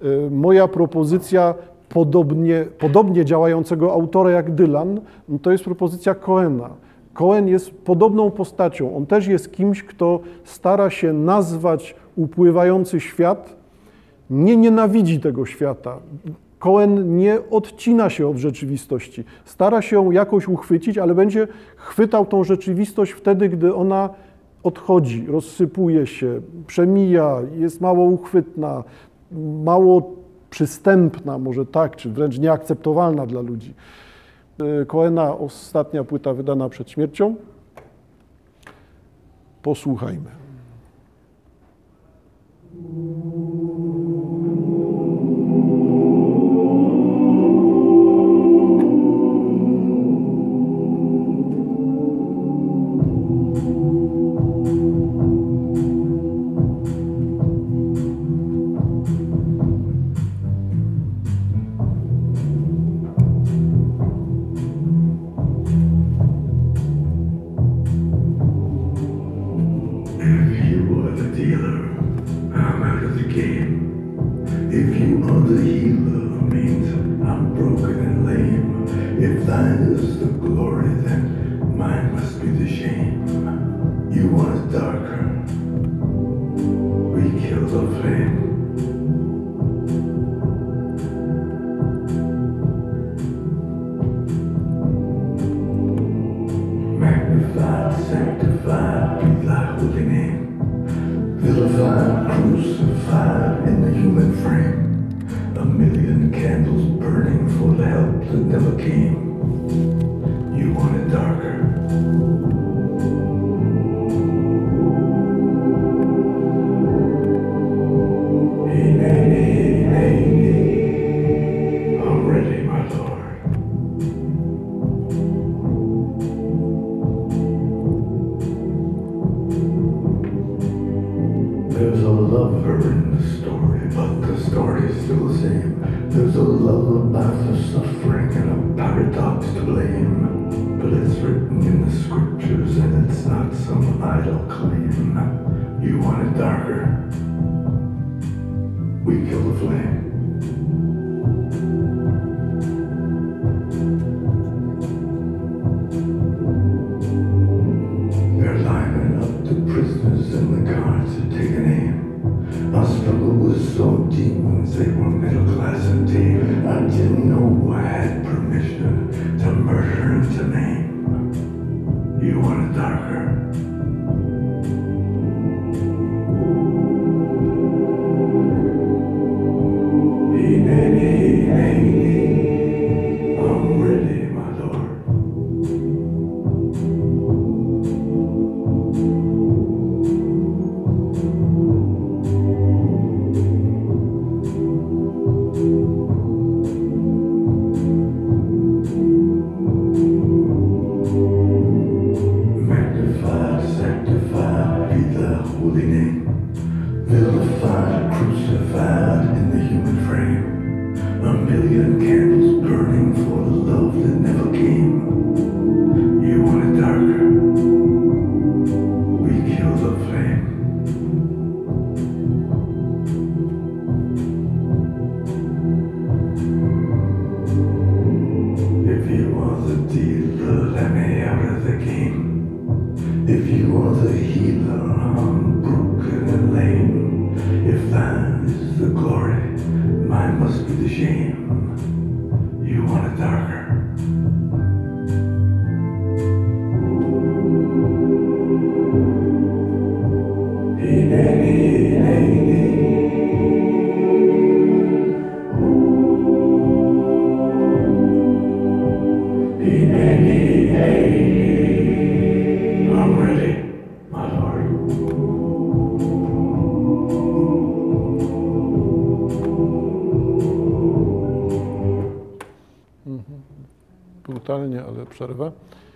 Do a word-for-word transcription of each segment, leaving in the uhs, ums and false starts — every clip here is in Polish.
Moja propozycja podobnie, podobnie działającego autora jak Dylan, to jest propozycja Cohena. Cohen jest podobną postacią. On też jest kimś, kto stara się nazwać upływający świat, nie nienawidzi tego świata. Cohen nie odcina się od rzeczywistości. Stara się ją jakoś uchwycić, ale będzie chwytał tą rzeczywistość wtedy, gdy ona odchodzi, rozsypuje się, przemija, jest mało uchwytna, mało przystępna, może tak, czy wręcz nieakceptowalna dla ludzi. Cohena ostatnia płyta wydana przed śmiercią. Posłuchajmy. Brutalnie, ale przerwę.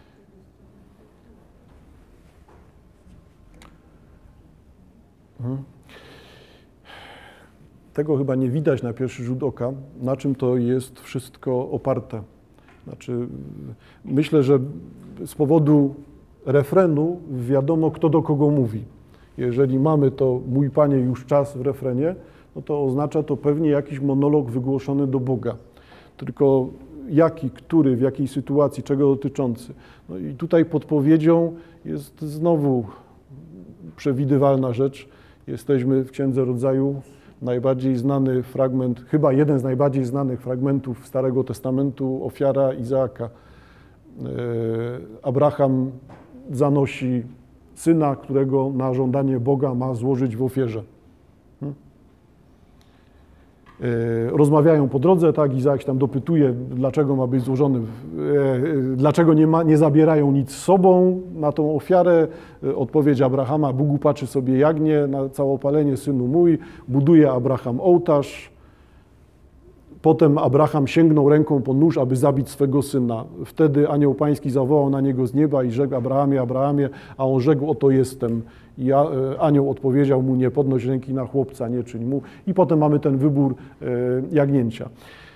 Tego chyba nie widać na pierwszy rzut oka, na czym to jest wszystko oparte. Znaczy, myślę, że z powodu refrenu wiadomo, kto do kogo mówi. Jeżeli mamy to "Mój Panie, już czas" w refrenie, no to oznacza to pewnie jakiś monolog wygłoszony do Boga. Tylko jaki, który, w jakiej sytuacji, czego dotyczący. No i tutaj podpowiedzią jest znowu przewidywalna rzecz. Jesteśmy w Księdze Rodzaju, najbardziej znany fragment, chyba jeden z najbardziej znanych fragmentów Starego Testamentu, ofiara Izaaka. Abraham zanosi syna, którego na żądanie Boga ma złożyć w ofierze. Rozmawiają po drodze, tak, Izaak się tam dopytuje, dlaczego ma być złożony, dlaczego nie, ma, nie zabierają nic z sobą na tą ofiarę. Odpowiedź Abrahama: Bóg upatrzy sobie jagnię na całopalenie, synu mój. Buduje Abraham ołtarz. Potem Abraham sięgnął ręką po nóż, aby zabić swego syna. Wtedy anioł pański zawołał na niego z nieba i rzekł: Abrahamie, Abrahamie, a on rzekł: oto jestem. I anioł odpowiedział mu: nie podnoś ręki na chłopca, nie czyń mu. I potem mamy ten wybór jagnięcia.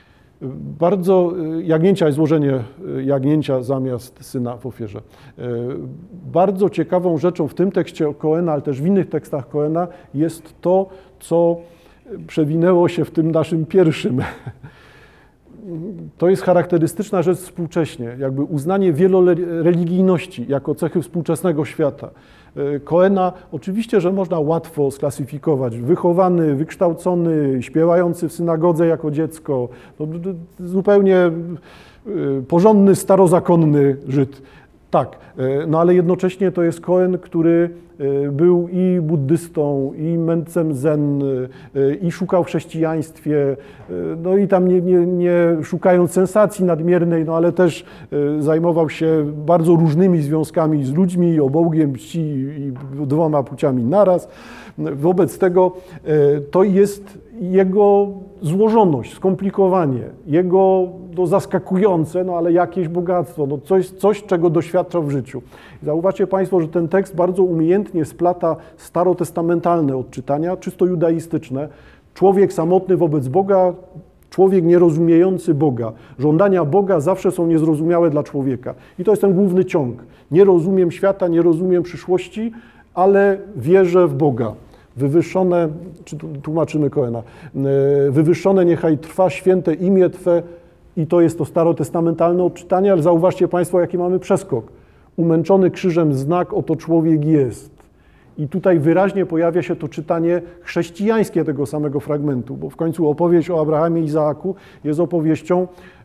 Bardzo jagnięcia i złożenie jagnięcia zamiast syna w ofierze. Bardzo ciekawą rzeczą w tym tekście Koena, ale też w innych tekstach Koena jest to, co przewinęło się w tym naszym pierwszym. To jest charakterystyczna rzecz współcześnie, jakby uznanie wieloreligijności jako cechy współczesnego świata. Koena oczywiście, że można łatwo sklasyfikować. Wychowany, wykształcony, śpiewający w synagodze jako dziecko, no, zupełnie porządny, starozakonny Żyd. Tak, no ale jednocześnie to jest Koen, który był i buddystą, i mędrcem zen, i szukał w chrześcijaństwie, no i tam nie, nie, nie szukając sensacji nadmiernej, no ale też zajmował się bardzo różnymi związkami z ludźmi, obłogiem płci i dwoma płciami naraz. Wobec tego to jest jego złożoność, skomplikowanie, jego no, zaskakujące, no ale jakieś bogactwo, no coś, coś, czego doświadczał w życiu. Zauważcie Państwo, że ten tekst bardzo umiejętnie splata starotestamentalne odczytania, czysto judaistyczne. Człowiek samotny wobec Boga, człowiek nierozumiejący Boga. Żądania Boga zawsze są niezrozumiałe dla człowieka. I to jest ten główny ciąg. Nie rozumiem świata, nie rozumiem przyszłości, ale wierzę w Boga. Wywyższone, czy tłumaczymy Koena, wywyższone niechaj trwa święte imię Twe, i to jest to starotestamentalne odczytanie, ale zauważcie Państwo, jaki mamy przeskok. Umęczony krzyżem znak, oto człowiek jest. I tutaj wyraźnie pojawia się to czytanie chrześcijańskie tego samego fragmentu, bo w końcu opowieść o Abrahamie i Izaaku jest opowieścią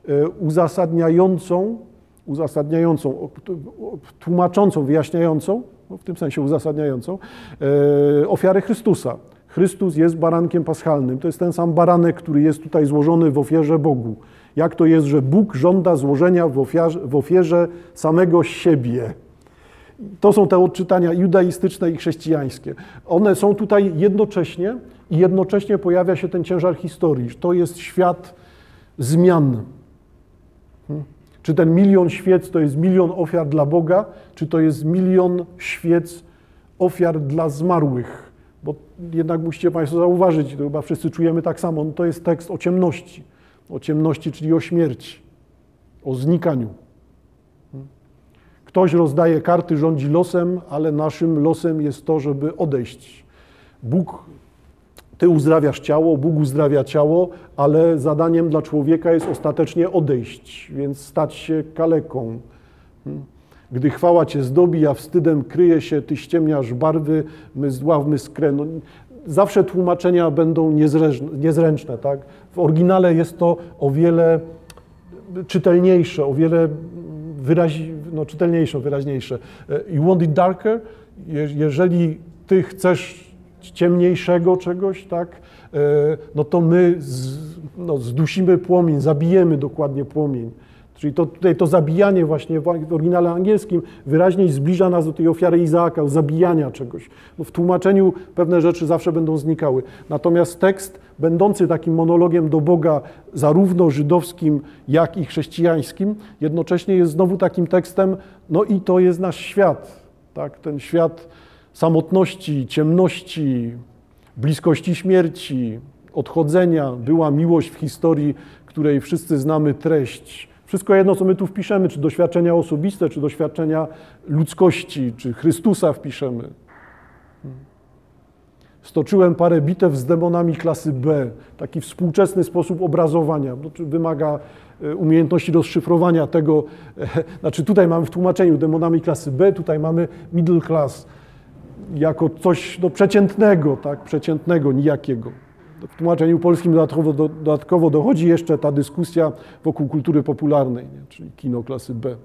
uzasadniającą, uzasadniającą, tłumaczącą, wyjaśniającą, w tym sensie uzasadniającą, ofiarę Chrystusa. Chrystus jest barankiem paschalnym. To jest ten sam baranek, który jest tutaj złożony w ofierze Bogu. Jak to jest, że Bóg żąda złożenia w ofierze, w ofierze samego siebie? To są te odczytania judaistyczne i chrześcijańskie. One są tutaj jednocześnie i jednocześnie pojawia się ten ciężar historii. To jest świat zmian. Hmm? Czy ten milion świec to jest milion ofiar dla Boga, czy to jest milion świec ofiar dla zmarłych? Bo jednak musicie Państwo zauważyć, to chyba wszyscy czujemy tak samo, no to jest tekst o ciemności. O ciemności, czyli o śmierci, o znikaniu. Ktoś rozdaje karty, rządzi losem, ale naszym losem jest to, żeby odejść. Bóg, Ty uzdrawiasz ciało, Bóg uzdrawia ciało, ale zadaniem dla człowieka jest ostatecznie odejść, więc stać się kaleką. Gdy chwała Cię zdobi, a wstydem kryje się, Ty ściemniasz barwy, my zdławmy skrę. No, zawsze tłumaczenia będą niezręczne, tak? W oryginale jest to o wiele czytelniejsze, o wiele wyrazi, no, czytelniejsze, wyraźniejsze. You want it darker? Jeżeli Ty chcesz ciemniejszego czegoś, tak? No to my z, no, zdusimy płomień, zabijemy dokładnie płomień. Czyli to, tutaj to zabijanie właśnie w oryginale angielskim wyraźniej zbliża nas do tej ofiary Izaaka, zabijania czegoś. No w tłumaczeniu pewne rzeczy zawsze będą znikały. Natomiast tekst, będący takim monologiem do Boga, zarówno żydowskim, jak i chrześcijańskim, jednocześnie jest znowu takim tekstem, no i to jest nasz świat, tak? Ten świat samotności, ciemności, bliskości śmierci, odchodzenia. Była miłość w historii, której wszyscy znamy treść. Wszystko jedno, co my tu wpiszemy, czy doświadczenia osobiste, czy doświadczenia ludzkości, czy Chrystusa wpiszemy. Stoczyłem parę bitew z demonami klasy B. Taki współczesny sposób obrazowania. Wymaga umiejętności rozszyfrowania tego. Znaczy tutaj mamy w tłumaczeniu demonami klasy B, tutaj mamy middle class jako coś no, przeciętnego, tak? Przeciętnego, nijakiego. W tłumaczeniu polskim dodatkowo, do, dodatkowo dochodzi jeszcze ta dyskusja wokół kultury popularnej, nie? Czyli kino klasy B.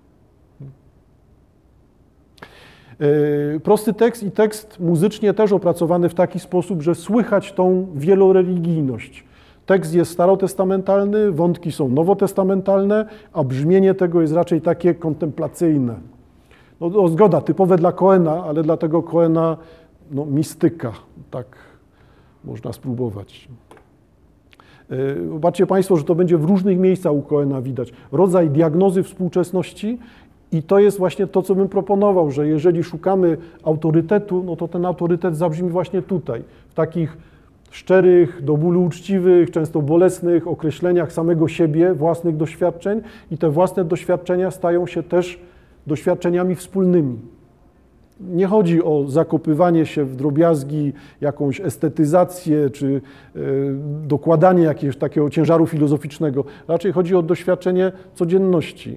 Yy, prosty tekst i tekst muzycznie też opracowany w taki sposób, że słychać tą wieloreligijność. Tekst jest starotestamentalny, wątki są nowotestamentalne, a brzmienie tego jest raczej takie kontemplacyjne. No, no zgoda, typowe dla Cohena, ale dla tego Cohena no, mistyka, tak można spróbować. Zobaczcie Państwo, że to będzie w różnych miejscach u Cohena widać. Rodzaj diagnozy współczesności i to jest właśnie to, co bym proponował, że jeżeli szukamy autorytetu, no to ten autorytet zabrzmi właśnie tutaj, w takich szczerych, do bólu uczciwych, często bolesnych określeniach samego siebie, własnych doświadczeń i te własne doświadczenia stają się też doświadczeniami wspólnymi. Nie chodzi o zakopywanie się w drobiazgi, jakąś estetyzację czy y, dokładanie jakiegoś takiego ciężaru filozoficznego. Raczej chodzi o doświadczenie codzienności.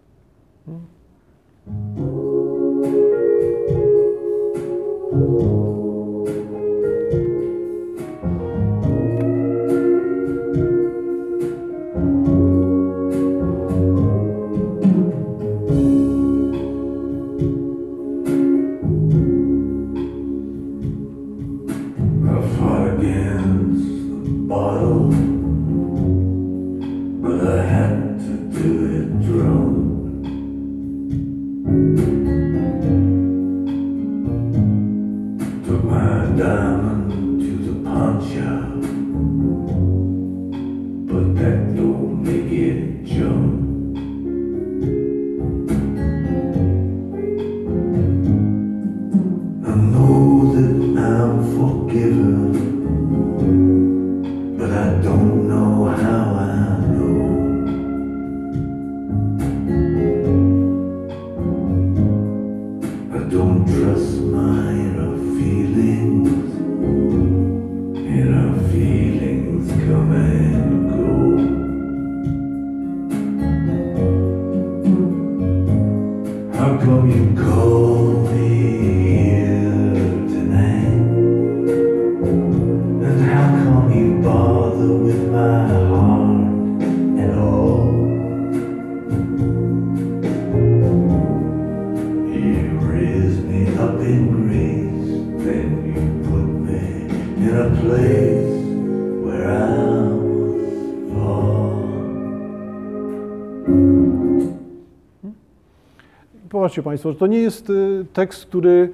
Popatrzcie Państwo, że to nie jest tekst, który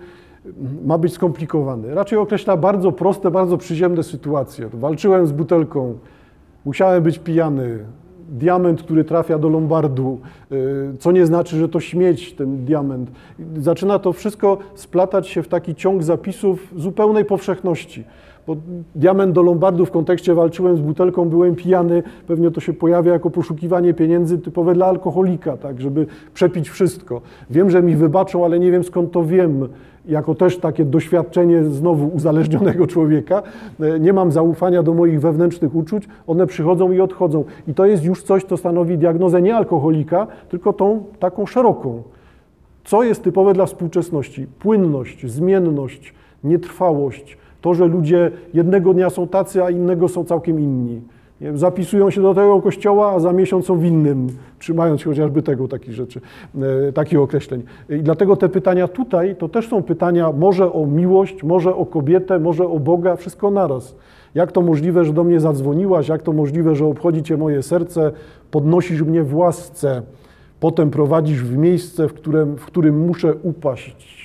ma być skomplikowany. Raczej określa bardzo proste, bardzo przyziemne sytuacje. Walczyłem z butelką, musiałem być pijany, diament, który trafia do lombardu, co nie znaczy, że to śmieć, ten diament. Zaczyna to wszystko splatać się w taki ciąg zapisów zupełnej powszechności. Bo diament do lombardu w kontekście walczyłem z butelką, byłem pijany, pewnie to się pojawia jako poszukiwanie pieniędzy typowe dla alkoholika, tak, żeby przepić wszystko. Wiem, że mi wybaczą, ale nie wiem skąd to wiem, jako też takie doświadczenie znowu uzależnionego człowieka. Nie mam zaufania do moich wewnętrznych uczuć, one przychodzą i odchodzą. I to jest już coś, co stanowi diagnozę nie alkoholika, tylko tą taką szeroką. Co jest typowe dla współczesności? Płynność, zmienność, nietrwałość. To, że ludzie jednego dnia są tacy, a innego są całkiem inni. Zapisują się do tego kościoła, a za miesiąc są w innym, trzymając się chociażby tego, takich rzeczy, takich określeń. I dlatego te pytania tutaj, to też są pytania może o miłość, może o kobietę, może o Boga, wszystko naraz. Jak to możliwe, że do mnie zadzwoniłaś, jak to możliwe, że obchodzi Cię moje serce, podnosisz mnie w łasce, potem prowadzisz w miejsce, w którym, w którym muszę upaść.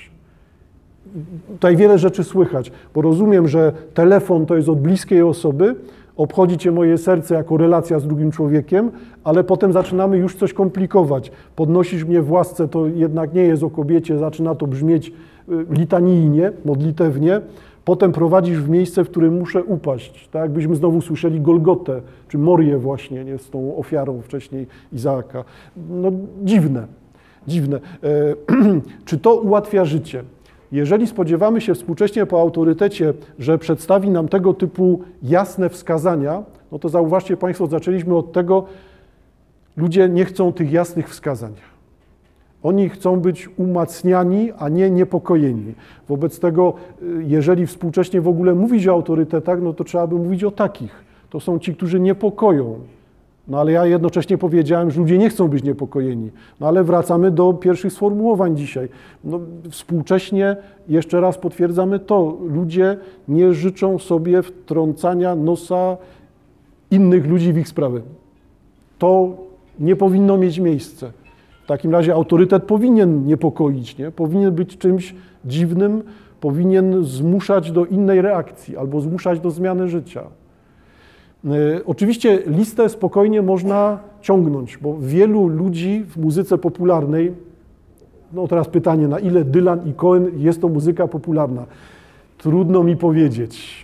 Tutaj wiele rzeczy słychać, bo rozumiem, że telefon to jest od bliskiej osoby, obchodzi Cię moje serce jako relacja z drugim człowiekiem, ale potem zaczynamy już coś komplikować. Podnosisz mnie w łasce, to jednak nie jest o kobiecie, zaczyna to brzmieć litanijnie, modlitewnie. Potem prowadzisz w miejsce, w którym muszę upaść. Tak jakbyśmy znowu słyszeli Golgotę, czy Morię właśnie, nie, z tą ofiarą wcześniej Izaaka. No dziwne, dziwne. E, czy to ułatwia życie? jeżeli spodziewamy się współcześnie po autorytecie, że przedstawi nam tego typu jasne wskazania, no to zauważcie Państwo, zaczęliśmy od tego, ludzie nie chcą tych jasnych wskazań. Oni chcą być umacniani, a nie niepokojeni. Wobec tego, jeżeli współcześnie w ogóle mówić o autorytetach, no to trzeba by mówić o takich. To są ci, którzy niepokoją. No ale ja jednocześnie powiedziałem, że ludzie nie chcą być niepokojeni. No ale wracamy do pierwszych sformułowań dzisiaj. No, współcześnie, jeszcze raz potwierdzamy to, ludzie nie życzą sobie wtrącania nosa innych ludzi w ich sprawy. To nie powinno mieć miejsca. W takim razie autorytet powinien niepokoić, nie? Powinien być czymś dziwnym, powinien zmuszać do innej reakcji albo zmuszać do zmiany życia. Oczywiście listę spokojnie można ciągnąć, bo wielu ludzi w muzyce popularnej, no teraz pytanie, na ile Dylan i Cohen jest to muzyka popularna? Trudno mi powiedzieć.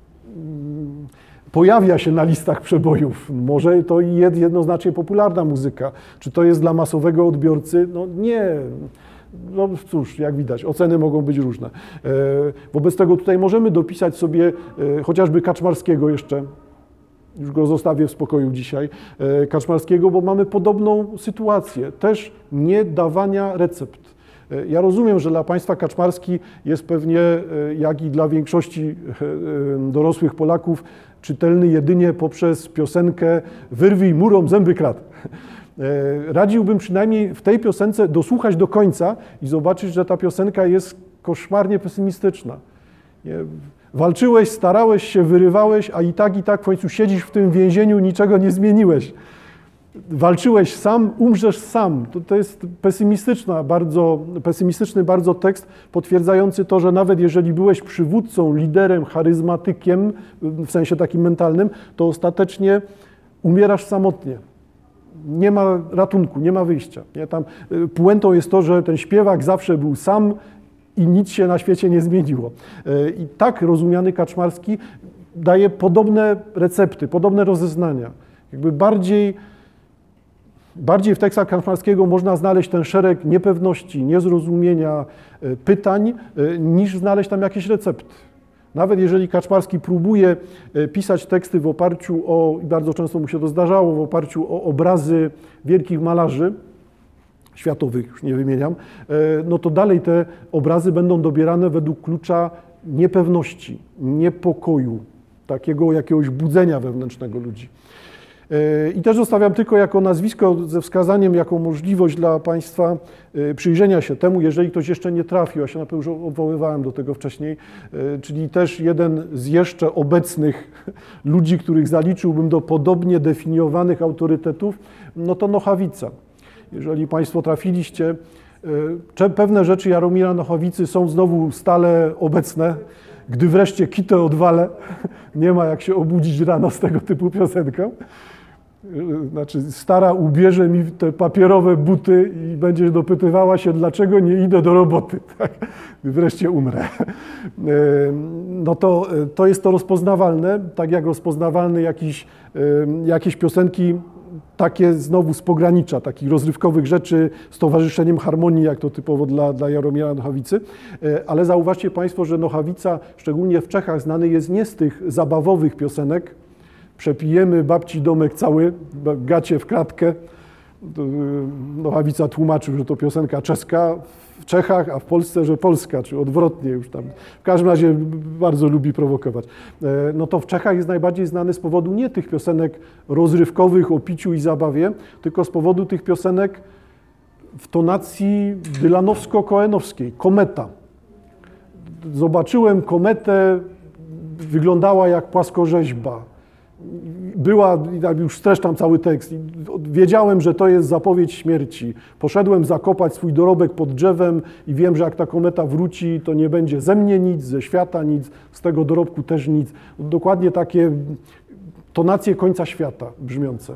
Pojawia się na listach przebojów. Może to jest jednoznacznie popularna muzyka. Czy to jest dla masowego odbiorcy? No nie. No cóż, jak widać, oceny mogą być różne. Wobec tego tutaj możemy dopisać sobie chociażby Kaczmarskiego jeszcze, już go zostawię w spokoju dzisiaj, Kaczmarskiego, bo mamy podobną sytuację, też nie dawania recept. Ja rozumiem, że dla państwa Kaczmarski jest pewnie, jak i dla większości dorosłych Polaków, czytelny jedynie poprzez piosenkę "Wyrwij murom zęby krat". Radziłbym przynajmniej w tej piosence dosłuchać do końca i zobaczyć, że ta piosenka jest koszmarnie pesymistyczna. Nie? Walczyłeś, starałeś się, wyrywałeś, a i tak, i tak w końcu siedzisz w tym więzieniu, niczego nie zmieniłeś. Walczyłeś sam, umrzesz sam. To, to jest pesymistyczna, bardzo, pesymistyczny bardzo tekst potwierdzający to, że nawet jeżeli byłeś przywódcą, liderem, charyzmatykiem, w sensie takim mentalnym, to ostatecznie umierasz samotnie. Nie ma ratunku, nie ma wyjścia. Nie? Tam puentą jest to, że ten śpiewak zawsze był sam i nic się na świecie nie zmieniło. I tak rozumiany Kaczmarski daje podobne recepty, podobne rozeznania. Jakby bardziej, bardziej w tekstach Kaczmarskiego można znaleźć ten szereg niepewności, niezrozumienia, pytań, niż znaleźć tam jakieś recepty. Nawet jeżeli Kaczmarski próbuje pisać teksty w oparciu o, i bardzo często mu się to zdarzało, w oparciu o obrazy wielkich malarzy, światowych, już nie wymieniam, no to dalej te obrazy będą dobierane według klucza niepewności, niepokoju, takiego jakiegoś budzenia wewnętrznego ludzi. I też zostawiam tylko jako nazwisko ze wskazaniem, jako możliwość dla Państwa przyjrzenia się temu, jeżeli ktoś jeszcze nie trafił, ja się na pewno już odwoływałem do tego wcześniej, czyli też jeden z jeszcze obecnych ludzi, których zaliczyłbym do podobnie definiowanych autorytetów, no to Nochawica. Jeżeli Państwo trafiliście, pewne rzeczy Jaromira Nochawicy są znowu stale obecne. Gdy wreszcie kitę odwalę, nie ma jak się obudzić rano z tego typu piosenką. Znaczy, stara ubierze mi te papierowe buty i będzie dopytywała się, dlaczego nie idę do roboty. Tak? Wreszcie umrę. No to, to jest to rozpoznawalne, tak jak rozpoznawalne jakiś, jakieś piosenki takie znowu z pogranicza, takich rozrywkowych rzeczy z towarzyszeniem harmonii, jak to typowo dla, dla Jaromira Nochawicy. Ale zauważcie Państwo, że Nochawica, szczególnie w Czechach, znany jest nie z tych zabawowych piosenek. Przepijemy babci domek cały, gacie w kratkę. Nochawica tłumaczył, że to piosenka czeska w Czechach, a w Polsce, że polska, czy odwrotnie już tam. W każdym razie bardzo lubi prowokować. No to w Czechach jest najbardziej znany z powodu nie tych piosenek rozrywkowych o piciu i zabawie, tylko z powodu tych piosenek w tonacji dylanowsko-koenowskiej. Kometa. Zobaczyłem kometę, wyglądała jak płaskorzeźba. Była, już streszczam cały tekst, wiedziałem, że to jest zapowiedź śmierci. Poszedłem zakopać swój dorobek pod drzewem i wiem, że jak ta kometa wróci, to nie będzie ze mnie nic, ze świata nic, z tego dorobku też nic. Dokładnie takie tonacje końca świata brzmiące.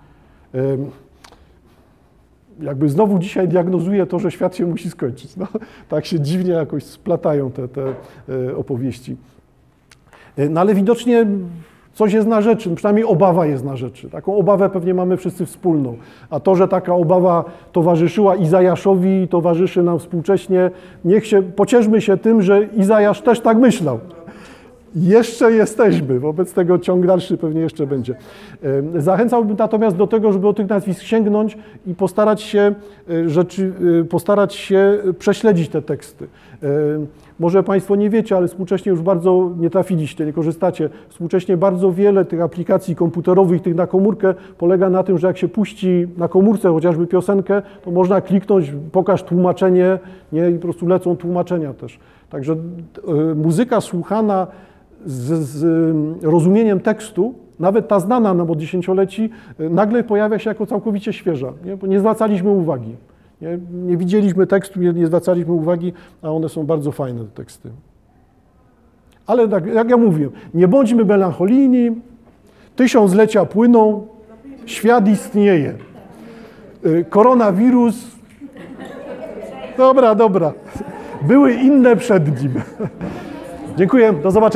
Jakby znowu dzisiaj diagnozuję to, że świat się musi skończyć. No, tak się dziwnie jakoś splatają te, te opowieści. No ale widocznie Coś jest na rzeczy, przynajmniej obawa jest na rzeczy. Taką obawę pewnie mamy wszyscy wspólną. A to, że taka obawa towarzyszyła Izajaszowi i towarzyszy nam współcześnie, niech się, pocieszmy się tym, że Izajasz też tak myślał. Jeszcze jesteśmy, wobec tego ciąg dalszy pewnie jeszcze będzie. Zachęcałbym natomiast do tego, żeby o tych nazwisk sięgnąć i postarać się, rzeczy, postarać się prześledzić te teksty. Może Państwo nie wiecie, ale współcześnie już bardzo nie trafiliście, nie korzystacie. Współcześnie bardzo wiele tych aplikacji komputerowych, tych na komórkę, polega na tym, że jak się puści na komórce chociażby piosenkę, to można kliknąć, pokaż tłumaczenie, nie? I po prostu lecą tłumaczenia też. Także y, muzyka słuchana z, z rozumieniem tekstu, nawet ta znana nam od dziesięcioleci, y, nagle pojawia się jako całkowicie świeża, nie? Bo nie zwracaliśmy uwagi. Nie, nie widzieliśmy tekstu, nie, nie zwracaliśmy uwagi, a one są bardzo fajne, te teksty. Ale tak, jak ja mówiłem, nie bądźmy melancholijni, tysiąclecia płyną, świat istnieje. Koronawirus, dobra, dobra, były inne przed nim. Dziękuję, do zobaczenia.